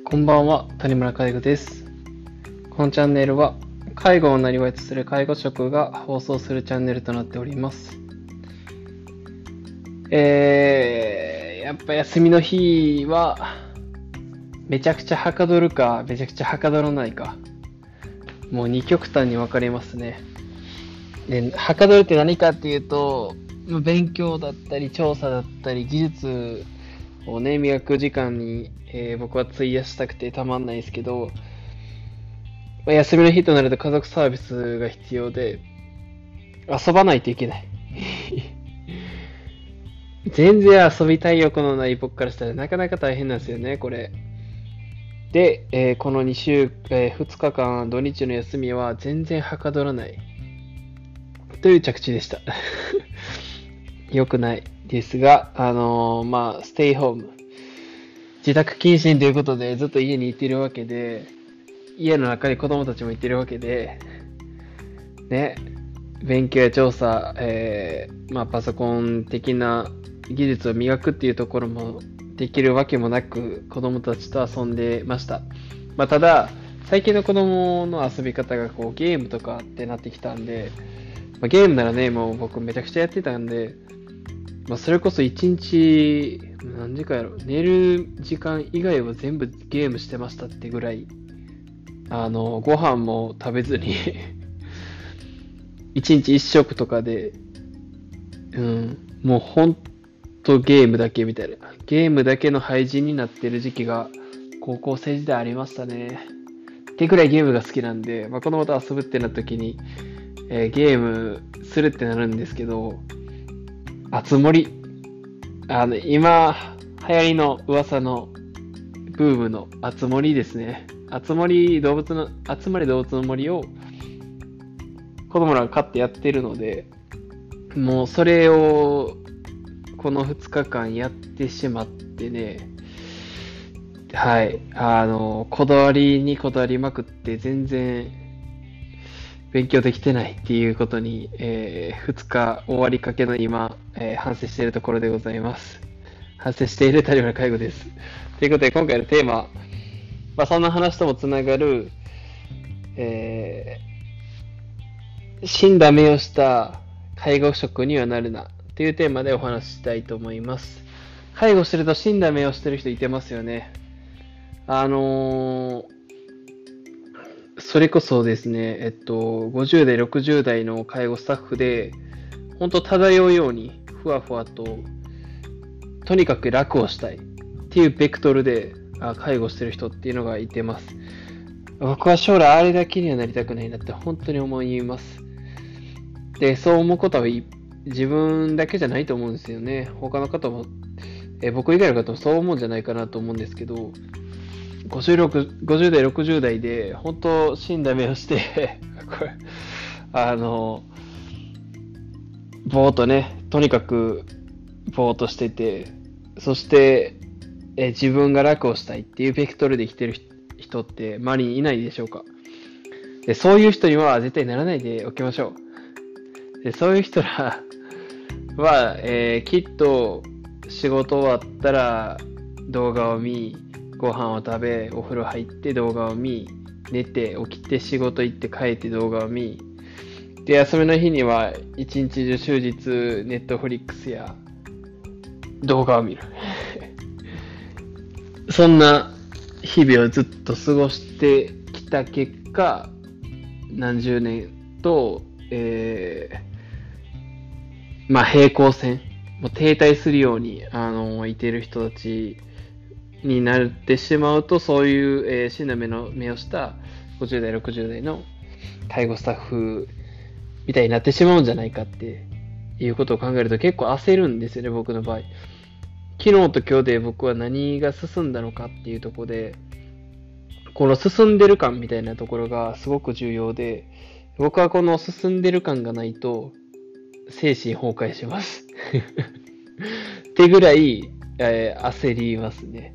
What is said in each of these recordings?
こんばんは、谷村介護です。このチャンネルは、介護をなりわいとする介護職が放送するチャンネルとなっております。やっぱ休みの日は、めちゃくちゃはかどるか、めちゃくちゃはかどらないか、もう二極端に分かれますね。で、はかどるって何かっていうと、勉強だったり、調査だったり、技術をね、磨く時間に、僕は費やしたくてたまんないですけど、休みの日となると家族サービスが必要で、遊ばないといけない。全然遊びたい欲のない僕からしたらなかなか大変なんですよね、これ。で、この2日間土日の休みは全然はかどらない。という着地でした。良くないですが、ステイホーム。自宅謹慎ということでずっと家にいてるわけで、家の中に子供たちもいてるわけで、ね、勉強や調査、パソコン的な技術を磨くっていうところもできるわけもなく、子供たちと遊んでました。ただ、最近の子供の遊び方がゲームとかってなってきたんで、ゲームならね、もう僕めちゃくちゃやってたんで、それこそ一日何時間やろ、寝る時間以外は全部ゲームしてましたってぐらい、ご飯も食べずに一日一食とかで、もうほんとゲームだけみたいな。ゲームだけの廃人になってる時期が高校生時代ありましたね。ってぐらいゲームが好きなんで、子供と遊ぶってなった時に、ゲームするってなるんですけど、あつ森。今、流行りの噂のブームのあつ森ですね。集まり動物の森を子供らが飼ってやってるので、もうそれをこの2日間やってしまってね、はい、こだわりにこだわりまくって全然勉強できてないっていうことに、2日終わりかけの今、反省しているところでございます。反省している谷村介護です。ということで今回のテーマ、そんな話ともつながる、死んだ目をした介護職にはなるなというテーマでお話ししたいと思います。介護してると死んだ目をしてる人いてますよね。それこそですね、50代、60代の介護スタッフで、本当漂うように、ふわふわと、とにかく楽をしたいっていうベクトルで介護してる人っていうのがいてます。僕は将来あれだけにはなりたくないなって本当に思います。で、そう思うことは自分だけじゃないと思うんですよね。他の方も、僕以外の方もそう思うんじゃないかなと思うんですけど、50代、60代で本当死んだ目をしてこれ、ぼーっとね、とにかくぼーっとしてて、そして、自分が楽をしたいっていうベクトルで生きてる人って周りにいないでしょうか。で、そういう人には絶対ならないでおきましょう。で、そういう人らは、きっと仕事終わったら動画を見、ご飯を食べ、お風呂入って動画を見、寝て起きて仕事行って帰って動画を見、で、休みの日には一日中終日ネットフリックスや動画を見る。そんな日々をずっと過ごしてきた結果、何十年と、平行線、もう停滞するように、いてる人たちになってしまうと、そういう、死の目をした50代、60代の介護スタッフみたいになってしまうんじゃないかっていうことを考えると結構焦るんですよね、僕の場合。昨日と今日で僕は何が進んだのかっていうところで、この進んでる感みたいなところがすごく重要で、僕はこの進んでる感がないと精神崩壊します。ってぐらい、焦りますね。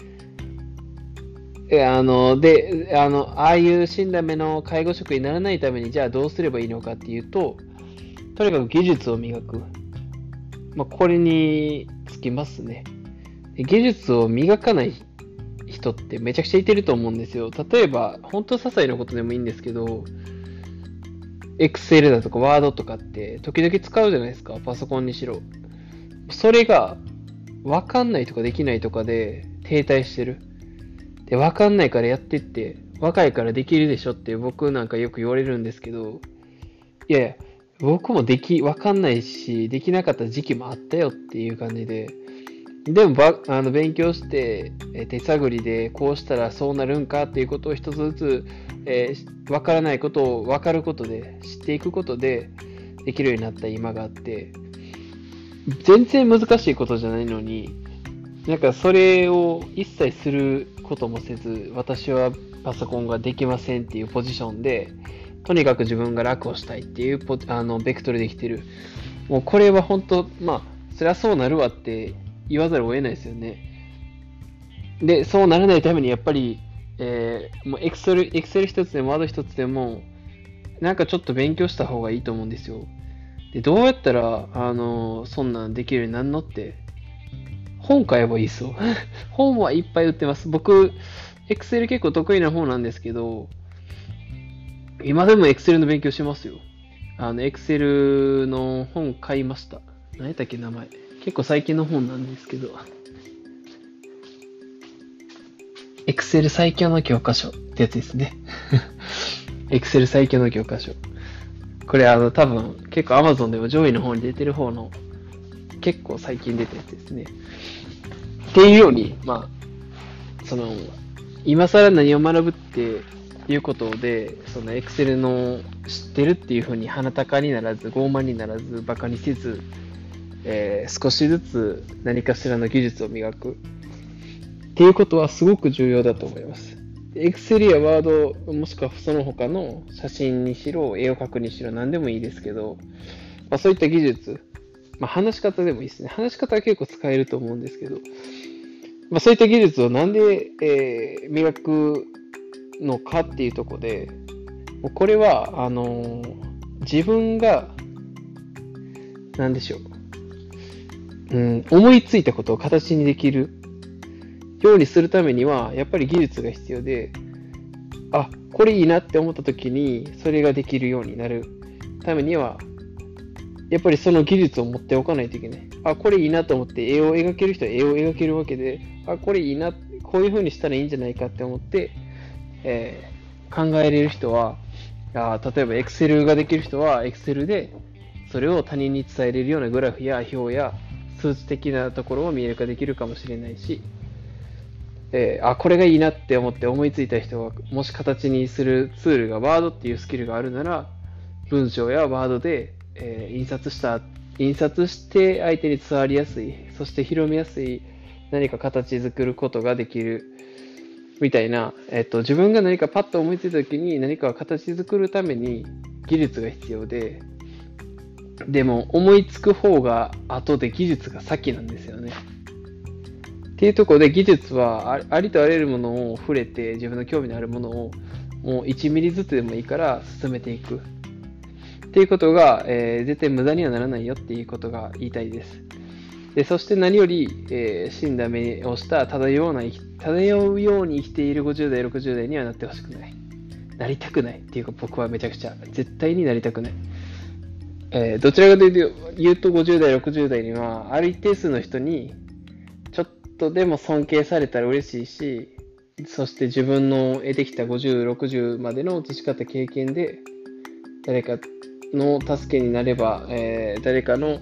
ああいう死んだ目の介護職にならないためにじゃあどうすればいいのかっていうと、とにかく技術を磨く。これにつきますね。技術を磨かない人人ってめちゃくちゃいてると思うんですよ。例えば、本当些細なことでもいいんですけど、Excel だとか Word とかって時々使うじゃないですか、パソコンにしろ。それがわかんないとかできないとかで停滞してる。で、わかんないからやってって、若いからできるでしょって僕なんかよく言われるんですけど、いやいや、僕もわかんないし、できなかった時期もあったよっていう感じで、でも勉強して、手探りでこうしたらそうなるんかっていうことを一つずつ、わからないことをわかることで、知っていくことでできるようになった今があって、全然難しいことじゃないのに、なんかそれを一切することもせず、私はパソコンができませんっていうポジションで、とにかく自分が楽をしたいっていうベクトルできてる。もうこれは本当、そりゃそうなるわって言わざるを得ないですよね。で、そうならないためにやっぱり、もうエクセル一つでもワード一つでも、なんかちょっと勉強した方がいいと思うんですよ。で、どうやったら、そんなんできるようになるのって、本買えばいいっすよ。本はいっぱい売ってます。僕、Excel 結構得意な方なんですけど、今でも Excel の勉強しますよ。Excel の本買いました。何やったっけ名前。結構最近の本なんですけど、Excel 最強の教科書ってやつですね。Excel 最強の教科書。これ多分結構 Amazon でも上位の方に出てる方の結構最近出たやつですね。っていうように、今更何を学ぶっていうことで、その Excel の知ってるっていう風に鼻高にならず、傲慢にならず、バカにせず、少しずつ何かしらの技術を磨くっていうことはすごく重要だと思います。Excel や Word、もしくはその他の写真にしろ、絵を描くにしろ何でもいいですけど、そういった技術、話し方でもいいですね。話し方は結構使えると思うんですけど、そういった技術をなんで、磨くのかっていうところで、これは、自分が、なんでしょう、思いついたことを形にできるようにするためには、やっぱり技術が必要で、これいいなって思った時に、それができるようになるためには、やっぱりその技術を持っておかないといけない。これいいなと思って絵を描ける人は絵を描けるわけで、これいいな、こういう風にしたらいいんじゃないかって思って、考えれる人は、例えば Excel ができる人は Excel でそれを他人に伝えれるようなグラフや表や数値的なところを見える化できるかもしれないし、これがいいなって思って思いついた人は、もし形にするツールが Word っていうスキルがあるなら、文章や Word で、印刷して相手に伝わりやすい、そして広めやすい何か形作ることができるみたいな、自分が何かパッと思いついた時に何か形作るために技術が必要で、でも思いつく方が後で技術が先なんですよね。っていうところで技術はありとあらゆるものを触れて、自分の興味のあるものをもう1ミリずつでもいいから進めていくっていうことが、絶対無駄にはならないよっていうことが言いたいです。で、そして何より、死んだ目をした漂うように生きている50代、60代にはなってほしくない。なりたくないっていうか、僕はめちゃくちゃ絶対になりたくない。どちらかというと50代、60代にはある一定数の人にちょっとでも尊敬されたら嬉しいし、そして自分の得てきた50、60までの培った経験で誰かの助けになれば、誰かの、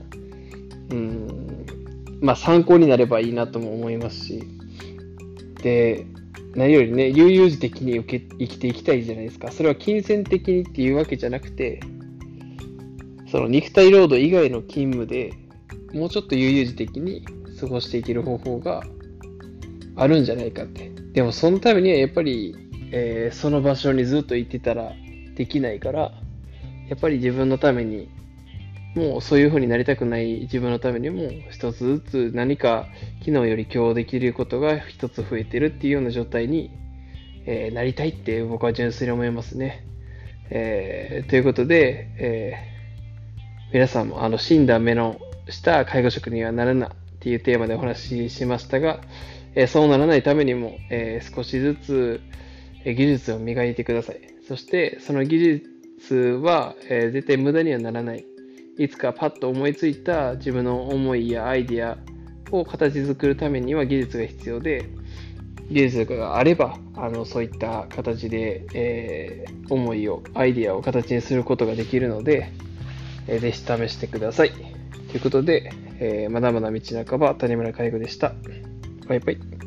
参考になればいいなとも思いますし、で、何よりね、悠々自適に生きていきたいじゃないですか。それは金銭的にっていうわけじゃなくて、その肉体労働以外の勤務でもうちょっと悠々自適に過ごしていける方法があるんじゃないかって。でもそのためにはやっぱり、その場所にずっと行ってたらできないから、やっぱり自分のために、もうそういう風になりたくない自分のためにも一つずつ何か昨日より今日できることが一つ増えてるっていうような状態に、なりたいって僕は純粋に思いますね。ということで、皆さんも死んだ目のした介護職にはなるなっていうテーマでお話ししましたが、 そうならないためにも、少しずつ技術を磨いてください。そしてその技術は、絶対無駄にはならない。いつかパッと思いついた自分の思いやアイディアを形作るためには技術が必要で、技術があればそういった形で、思いをアイディアを形にすることができるので、ぜひ試してくださいということで、まだまだ道半ば谷村介護でした。バイバイ。